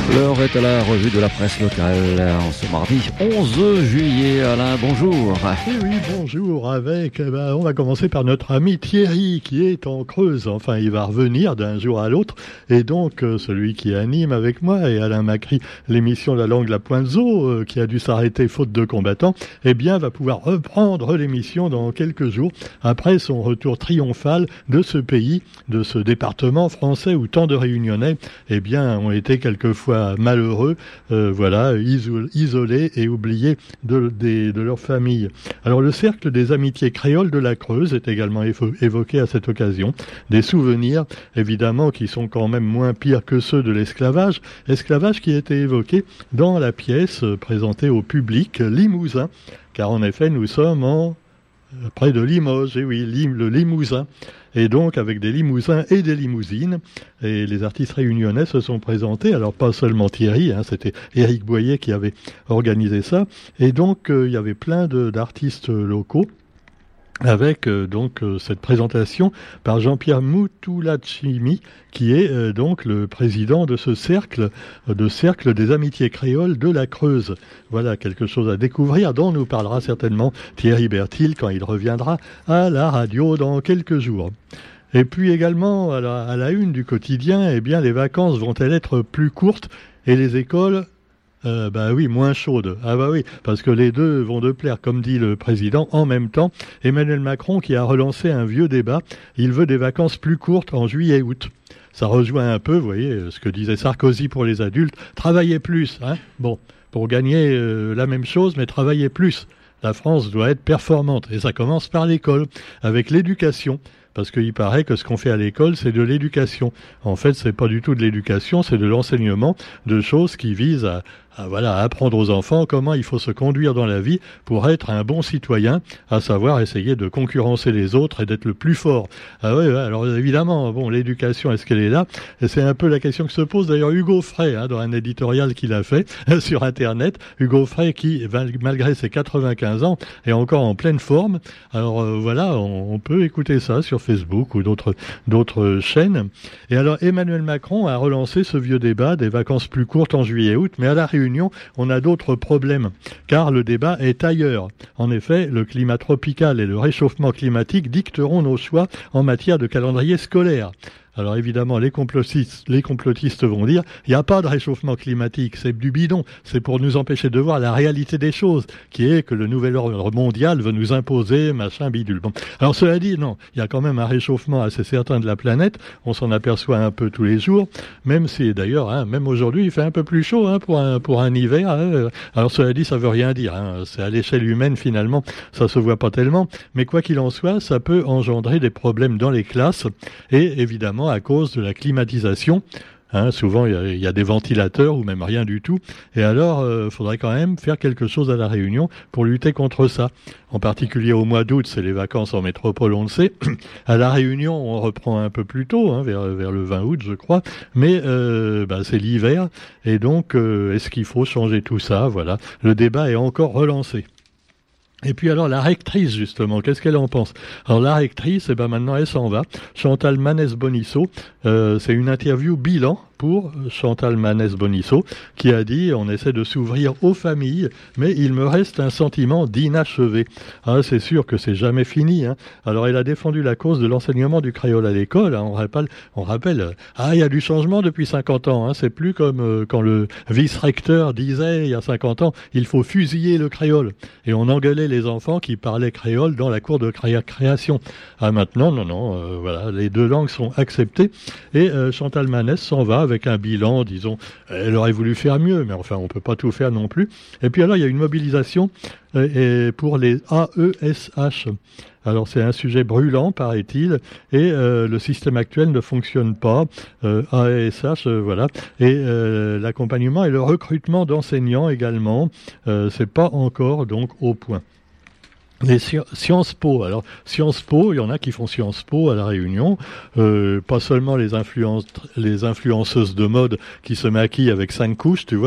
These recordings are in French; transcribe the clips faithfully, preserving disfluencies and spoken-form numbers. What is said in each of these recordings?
L'heure est à la revue de la presse locale en ce mardi onze juillet. Alain, bonjour. Et oui, bonjour. Avec, eh ben, on va commencer par notre ami Thierry qui est en Creuse. Enfin, il va revenir d'un jour à l'autre. Et donc, euh, celui qui anime avec moi et Alain Macri l'émission La Langue, la Pointe Zo, euh, qui a dû s'arrêter faute de combattants, eh bien, va pouvoir reprendre l'émission dans quelques jours après son retour triomphal de ce pays, de ce département français où tant de Réunionnais, eh bien, ont été quelquefois malheureux, euh, voilà, isolés et oubliés de, de, de leur famille. Alors le cercle des amitiés créoles de la Creuse est également évo- évoqué à cette occasion. Des souvenirs, évidemment, qui sont quand même moins pires que ceux de l'esclavage. Esclavage qui a été évoqué dans la pièce euh, présentée au public Limousin, car en effet nous sommes en près de Limoges, et oui, Lim, le Limousin. Et donc, avec des limousins et des limousines. Et les artistes réunionnais se sont présentés. Alors, pas seulement Thierry, hein, c'était Éric Boyer qui avait organisé ça. Et donc, euh, il y avait plein de, d'artistes locaux. Avec euh, donc euh, cette présentation par Jean-Pierre Moutouladjimi, qui est euh, donc le président de ce cercle, euh, de cercle des amitiés créoles de la Creuse. Voilà quelque chose à découvrir, dont nous parlera certainement Thierry Bertil quand il reviendra à la radio dans quelques jours. Et puis également à la, à la une du quotidien, eh bien les vacances vont-elles être plus courtes et les écoles Euh, bah oui, moins chaude. Ah bah oui, parce que les deux vont de plaire, comme dit le président, en même temps. Emmanuel Macron qui a relancé un vieux débat, il veut des vacances plus courtes en juillet et août. Ça rejoint un peu, vous voyez, ce que disait Sarkozy pour les adultes, travaillez plus, hein. Bon, pour gagner euh, la même chose, mais travaillez plus. La France doit être performante, et ça commence par l'école, avec l'éducation. Parce qu'il paraît que ce qu'on fait à l'école, c'est de l'éducation. En fait, c'est pas du tout de l'éducation, c'est de l'enseignement de choses qui visent à, à, voilà, à apprendre aux enfants comment il faut se conduire dans la vie pour être un bon citoyen, à savoir essayer de concurrencer les autres et d'être le plus fort. Ah ouais, ouais, alors évidemment, bon, l'éducation, est-ce qu'elle est là? Et c'est un peu la question que se pose d'ailleurs Hugo Frey, hein, dans un éditorial qu'il a fait sur Internet. Hugo Frey qui, malgré ses quatre-vingt-quinze ans, est encore en pleine forme. Alors euh, voilà, on, on peut écouter ça sur Facebook ou d'autres d'autres chaînes. Et alors Emmanuel Macron a relancé ce vieux débat des vacances plus courtes en juillet et août, mais à la Réunion, on a d'autres problèmes, car le débat est ailleurs. En effet, le climat tropical et le réchauffement climatique dicteront nos choix en matière de calendrier scolaire. Alors évidemment, les complotistes, les complotistes vont dire, il n'y a pas de réchauffement climatique, c'est du bidon, c'est pour nous empêcher de voir la réalité des choses, qui est que le nouvel ordre mondial veut nous imposer, machin, bidule. Bon. Alors cela dit, non, il y a quand même un réchauffement assez certain de la planète, on s'en aperçoit un peu tous les jours, même si d'ailleurs, hein, même aujourd'hui, il fait un peu plus chaud hein, pour, un, pour un hiver. Hein. Alors cela dit, ça veut rien dire, hein. C'est à l'échelle humaine finalement, ça se voit pas tellement, mais quoi qu'il en soit, ça peut engendrer des problèmes dans les classes, et évidemment, à cause de la climatisation. Hein, souvent, il y, y a des ventilateurs ou même rien du tout. Et alors, il euh, faudrait quand même faire quelque chose à La Réunion pour lutter contre ça. En particulier au mois d'août, c'est les vacances en métropole, on le sait. À La Réunion, on reprend un peu plus tôt, hein, vers, vers le vingt août, je crois. Mais euh, bah, c'est l'hiver. Et donc, euh, est-ce qu'il faut changer tout ça? Voilà. Le débat est encore relancé. Et puis alors la rectrice justement, qu'est-ce qu'elle en pense? Alors la rectrice, eh ben maintenant elle s'en va. Chantal Manès-Bonisso, euh, c'est une interview bilan pour Chantal Manès-Bonisso, qui a dit « On essaie de s'ouvrir aux familles, mais il me reste un sentiment d'inachevé. » Ah, c'est sûr que c'est jamais fini. Hein. Alors, elle a défendu la cause de l'enseignement du créole à l'école. Hein. On rappelle, on rappelle, ah, il y a du changement depuis cinquante ans. Hein. C'est plus comme euh, quand le vice-recteur disait, il y a cinquante ans, il faut fusiller le créole. Et on engueulait les enfants qui parlaient créole dans la cour de cré- création. Ah, maintenant, non, non, euh, voilà, les deux langues sont acceptées. Et euh, Chantal Manès s'en va avec un bilan, disons, elle aurait voulu faire mieux, mais enfin, on peut pas tout faire non plus. Et puis alors, il y a une mobilisation euh, et pour les A E S H. Alors, c'est un sujet brûlant, paraît-il, et euh, le système actuel ne fonctionne pas. Euh, A E S H, euh, voilà. Et euh, l'accompagnement et le recrutement d'enseignants également, euh, c'est pas encore, donc, au point. Les Sciences Po, alors Sciences Po, il y en a qui font Sciences Po à La Réunion, euh, pas seulement les, influence, les influenceuses de mode qui se maquillent avec cinq couches, tu vois,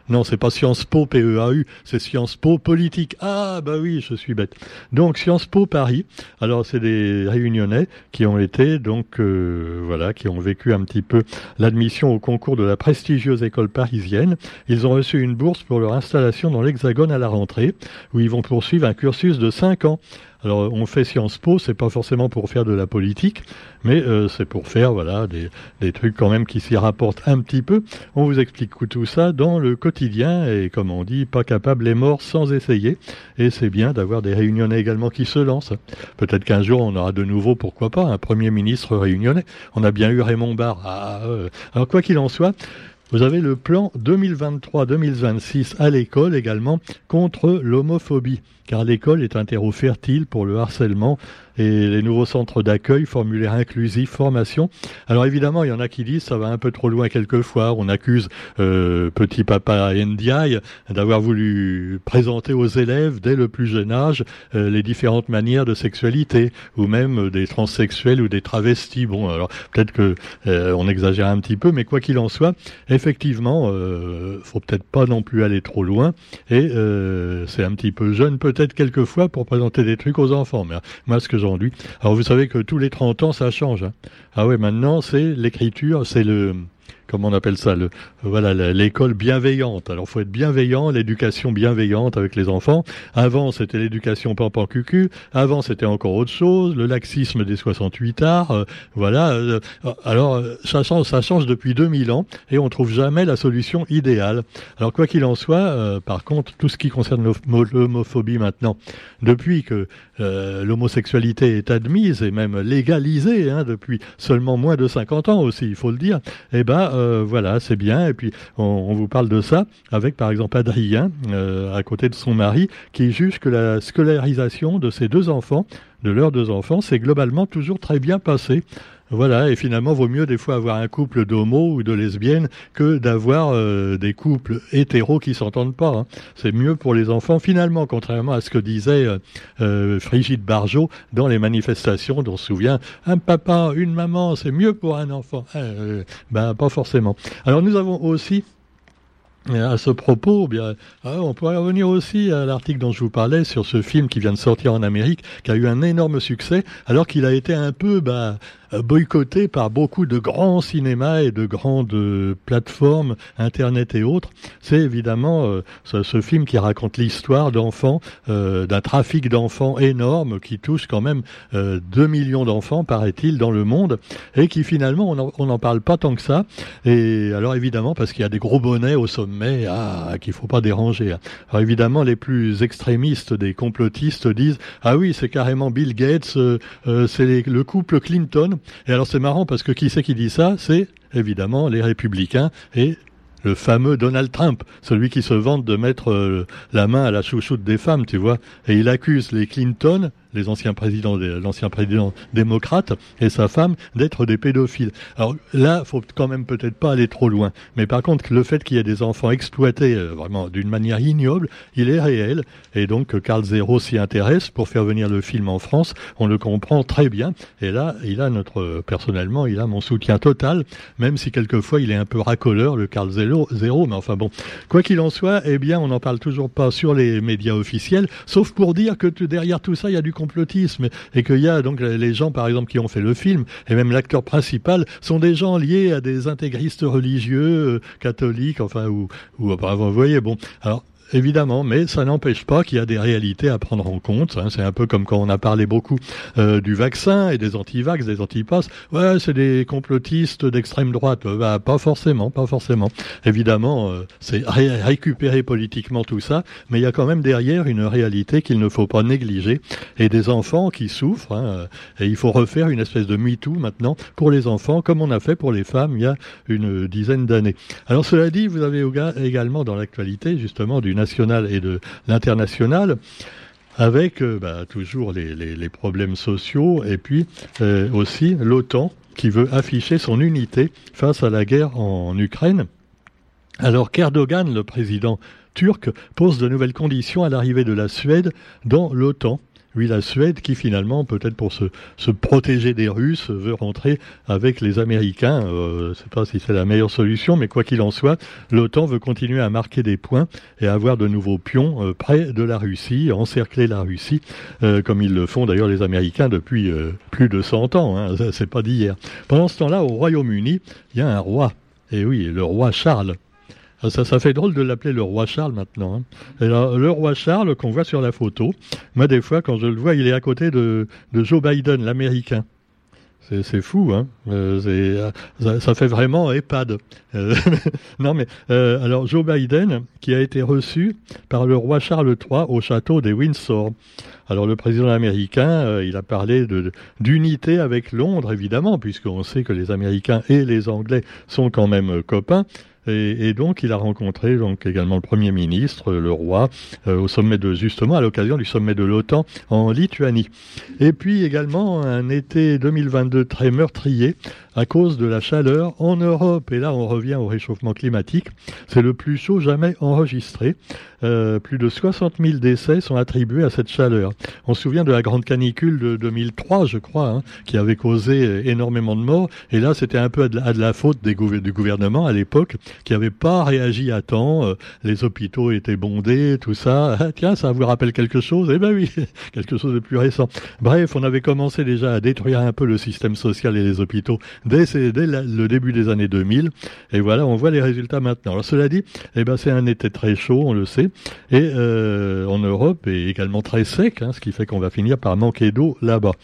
Non, c'est pas Sciences Po, P E A U, c'est Sciences Po Politique. Ah, bah oui, je suis bête. Donc, Sciences Po Paris. Alors, c'est des Réunionnais qui ont été, donc, euh, voilà, qui ont vécu un petit peu l'admission au concours de la prestigieuse école parisienne. Ils ont reçu une bourse pour leur installation dans l'Hexagone à la rentrée, où ils vont poursuivre un cursus de cinq ans. Alors, on fait Sciences Po, c'est pas forcément pour faire de la politique, mais euh, c'est pour faire, voilà, des, des trucs quand même qui s'y rapportent un petit peu. On vous explique tout ça dans le quotidien, et comme on dit, pas capable est mort sans essayer. Et c'est bien d'avoir des Réunionnais également qui se lancent. Peut-être qu'un jour, on aura de nouveau, pourquoi pas, un Premier ministre réunionnais. On a bien eu Raymond Barre. Ah, euh. Alors, quoi qu'il en soit, vous avez le plan deux mille vingt-trois deux mille vingt-six à l'école également contre l'homophobie, car l'école est un terreau fertile pour le harcèlement et les nouveaux centres d'accueil, formulaire inclusif, formation. Alors évidemment, il y en a qui disent ça va un peu trop loin quelquefois. On accuse euh, petit papa Ndiaye d'avoir voulu présenter aux élèves dès le plus jeune âge euh, les différentes manières de sexualité, ou même des transsexuels ou des travestis. Bon, alors peut-être que euh, on exagère un petit peu, mais quoi qu'il en soit, effectivement, euh, faut peut-être pas non plus aller trop loin. Et euh, c'est un petit peu jeune peut-être quelquefois pour présenter des trucs aux enfants. Mais moi, ce que aujourd'hui. Alors vous savez que tous les trente ans ça change. Hein. Ah ouais, maintenant c'est l'écriture, c'est le, comment on appelle ça, le, voilà, l'école bienveillante. Alors faut être bienveillant, l'éducation bienveillante avec les enfants. Avant c'était l'éducation pampan cucu. Avant c'était encore autre chose, le laxisme des soixante-huit arts. Euh, voilà. Euh, alors ça change, ça change depuis deux mille ans et on trouve jamais la solution idéale. Alors quoi qu'il en soit, euh, par contre tout ce qui concerne l'homophobie maintenant, depuis que euh, l'homosexualité est admise et même légalisée, hein, depuis seulement moins de cinquante ans aussi, il faut le dire. Eh ben euh, voilà, c'est bien. Et puis on, on vous parle de ça avec par exemple Adrien euh, à côté de son mari qui juge que la scolarisation de ses deux enfants, de leurs deux enfants, s'est globalement toujours très bien passée. Voilà, et finalement, vaut mieux des fois avoir un couple d'homos ou de lesbiennes que d'avoir euh, des couples hétéros qui s'entendent pas. Hein. C'est mieux pour les enfants, finalement, contrairement à ce que disait euh, euh, Frigide Barjot dans les manifestations, dont on se souvient, un papa, une maman, c'est mieux pour un enfant. Euh, ben, pas forcément. Alors, nous avons aussi... À ce propos, bien, on pourrait revenir aussi à l'article dont je vous parlais sur ce film qui vient de sortir en Amérique, qui a eu un énorme succès, alors qu'il a été un peu bah, boycotté par beaucoup de grands cinémas et de grandes plateformes, Internet et autres. C'est évidemment euh, ce, ce film qui raconte l'histoire d'enfants, euh, d'un trafic d'enfants énorme qui touche quand même euh, deux millions d'enfants, paraît-il, dans le monde, et qui finalement, on n'en parle pas tant que ça. Et alors évidemment, parce qu'il y a des gros bonnets au sommet, mais ah, qu'il faut pas déranger. Alors évidemment, les plus extrémistes des complotistes disent ah oui, c'est carrément Bill Gates, euh, euh, c'est les, le couple Clinton. Et alors c'est marrant parce que qui c'est qui dit ça? C'est évidemment les républicains et le fameux Donald Trump, celui qui se vante de mettre euh, la main à la chouchoute des femmes, tu vois. Et il accuse les Clinton, les anciens présidents, l'ancien président démocrate et sa femme d'être des pédophiles. Alors là, faut quand même peut-être pas aller trop loin. Mais par contre, le fait qu'il y ait des enfants exploités euh, vraiment d'une manière ignoble, il est réel. Et donc, Carl Zero s'y intéresse pour faire venir le film en France. On le comprend très bien. Et là, il a notre, personnellement, il a mon soutien total, même si quelquefois il est un peu racoleur, le Carl Zero, Zero. Mais enfin bon, quoi qu'il en soit, eh bien, on n'en parle toujours pas sur les médias officiels, sauf pour dire que derrière tout ça, il y a du complotisme et qu'il y a donc les gens par exemple qui ont fait le film et même l'acteur principal sont des gens liés à des intégristes religieux euh, catholiques enfin ou ou enfin, vous voyez bon alors évidemment, mais ça n'empêche pas qu'il y a des réalités à prendre en compte. Hein. C'est un peu comme quand on a parlé beaucoup euh, du vaccin et des anti-vax, des anti-pass. Ouais, c'est des complotistes d'extrême droite. Euh, bah, pas forcément, pas forcément. Évidemment, euh, c'est ré- récupérer politiquement tout ça, mais il y a quand même derrière une réalité qu'il ne faut pas négliger. Et des enfants qui souffrent. Hein, et il faut refaire une espèce de MeToo maintenant pour les enfants, comme on a fait pour les femmes il y a une dizaine d'années. Alors cela dit, vous avez également dans l'actualité justement du national et de l'international, avec euh, bah, toujours les, les, les problèmes sociaux, et puis euh, aussi l'OTAN qui veut afficher son unité face à la guerre en Ukraine. Alors qu'Erdogan, le président turc, pose de nouvelles conditions à l'arrivée de la Suède dans l'OTAN. Oui, la Suède qui finalement, peut-être pour se, se protéger des Russes, veut rentrer avec les Américains. Euh, je ne sais pas si c'est la meilleure solution, mais quoi qu'il en soit, l'OTAN veut continuer à marquer des points et avoir de nouveaux pions euh, près de la Russie, encercler la Russie, euh, comme ils le font d'ailleurs les Américains depuis euh, plus de cent ans. Hein, ça, c'est pas d'hier. Pendant ce temps-là, au Royaume-Uni, il y a un roi. Et oui, le roi Charles. Ça, ça fait drôle de l'appeler le roi Charles maintenant. Hein. Et là, le roi Charles qu'on voit sur la photo, moi des fois quand je le vois, il est à côté de, de Joe Biden, l'Américain. C'est, c'est fou, hein. Euh, c'est, ça, ça fait vraiment EHPAD. Euh, non mais euh, alors Joe Biden qui a été reçu par le roi Charles trois au château des Windsor. Alors le président américain, euh, il a parlé de, d'unité avec Londres évidemment, puisqu'on sait que les Américains et les Anglais sont quand même euh, copains. Et, et donc, il a rencontré donc également le Premier ministre, le roi, euh, au sommet de justement à l'occasion du sommet de l'OTAN en Lituanie. Et puis également un été deux mille vingt-deux très meurtrier à cause de la chaleur en Europe. Et là, on revient au réchauffement climatique. C'est le plus chaud jamais enregistré. Euh, plus de soixante mille décès sont attribués à cette chaleur. On se souvient de la grande canicule de deux mille trois, je crois, hein, qui avait causé énormément de morts. Et là, c'était un peu à de la, à de la faute des gouver- du gouvernement à l'époque, qui n'avait pas réagi à temps. Euh, les hôpitaux étaient bondés, tout ça. Ah, tiens, ça vous rappelle quelque chose? Eh ben oui, quelque chose de plus récent. Bref, on avait commencé déjà à détruire un peu le système social et les hôpitaux dès, dès la, le début des années deux mille. Et voilà, on voit les résultats maintenant. Alors cela dit, eh ben c'est un été très chaud, on le sait. Et euh, en Europe est également très sec, hein, ce qui fait qu'on va finir par manquer d'eau là-bas.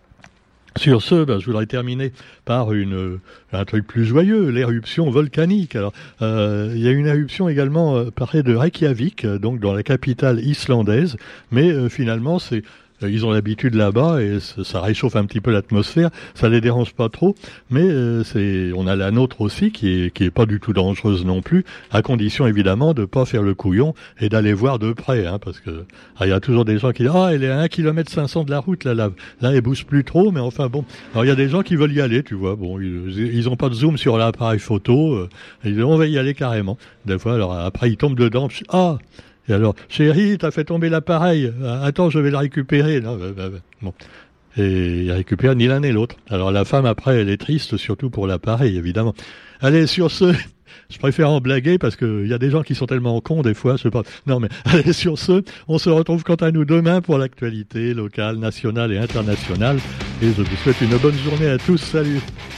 Sur ce, ben, je voudrais terminer par une, un truc plus joyeux, l'éruption volcanique. Alors, euh, il y a une éruption également euh, près de Reykjavik, donc dans la capitale islandaise, mais euh, finalement c'est ils ont l'habitude là-bas et ça réchauffe un petit peu l'atmosphère, ça les dérange pas trop, mais euh, c'est, on a la nôtre aussi qui est qui est pas du tout dangereuse non plus, à condition évidemment de pas faire le couillon et d'aller voir de près, hein, parce que ah, il y a toujours des gens qui disent ah elle est à un kilomètre cinq cents de la route là, là, là elle bouge plus trop, mais enfin bon, alors il y a des gens qui veulent y aller, tu vois, bon ils, ils ont pas de zoom sur l'appareil photo, euh, ils disent on va y aller carrément, des fois alors après ils tombent dedans, ah et alors, chérie, t'as fait tomber l'appareil. Attends, je vais le récupérer. Non, bah, bah, bah. Bon. Et il récupère ni l'un ni l'autre. Alors la femme, après, elle est triste, surtout pour l'appareil, évidemment. Allez, sur ce, je préfère en blaguer parce qu'il y a des gens qui sont tellement cons des fois, je sais pas. Non, mais allez, sur ce, on se retrouve quant à nous demain pour l'actualité locale, nationale et internationale. Et je vous souhaite une bonne journée à tous. Salut!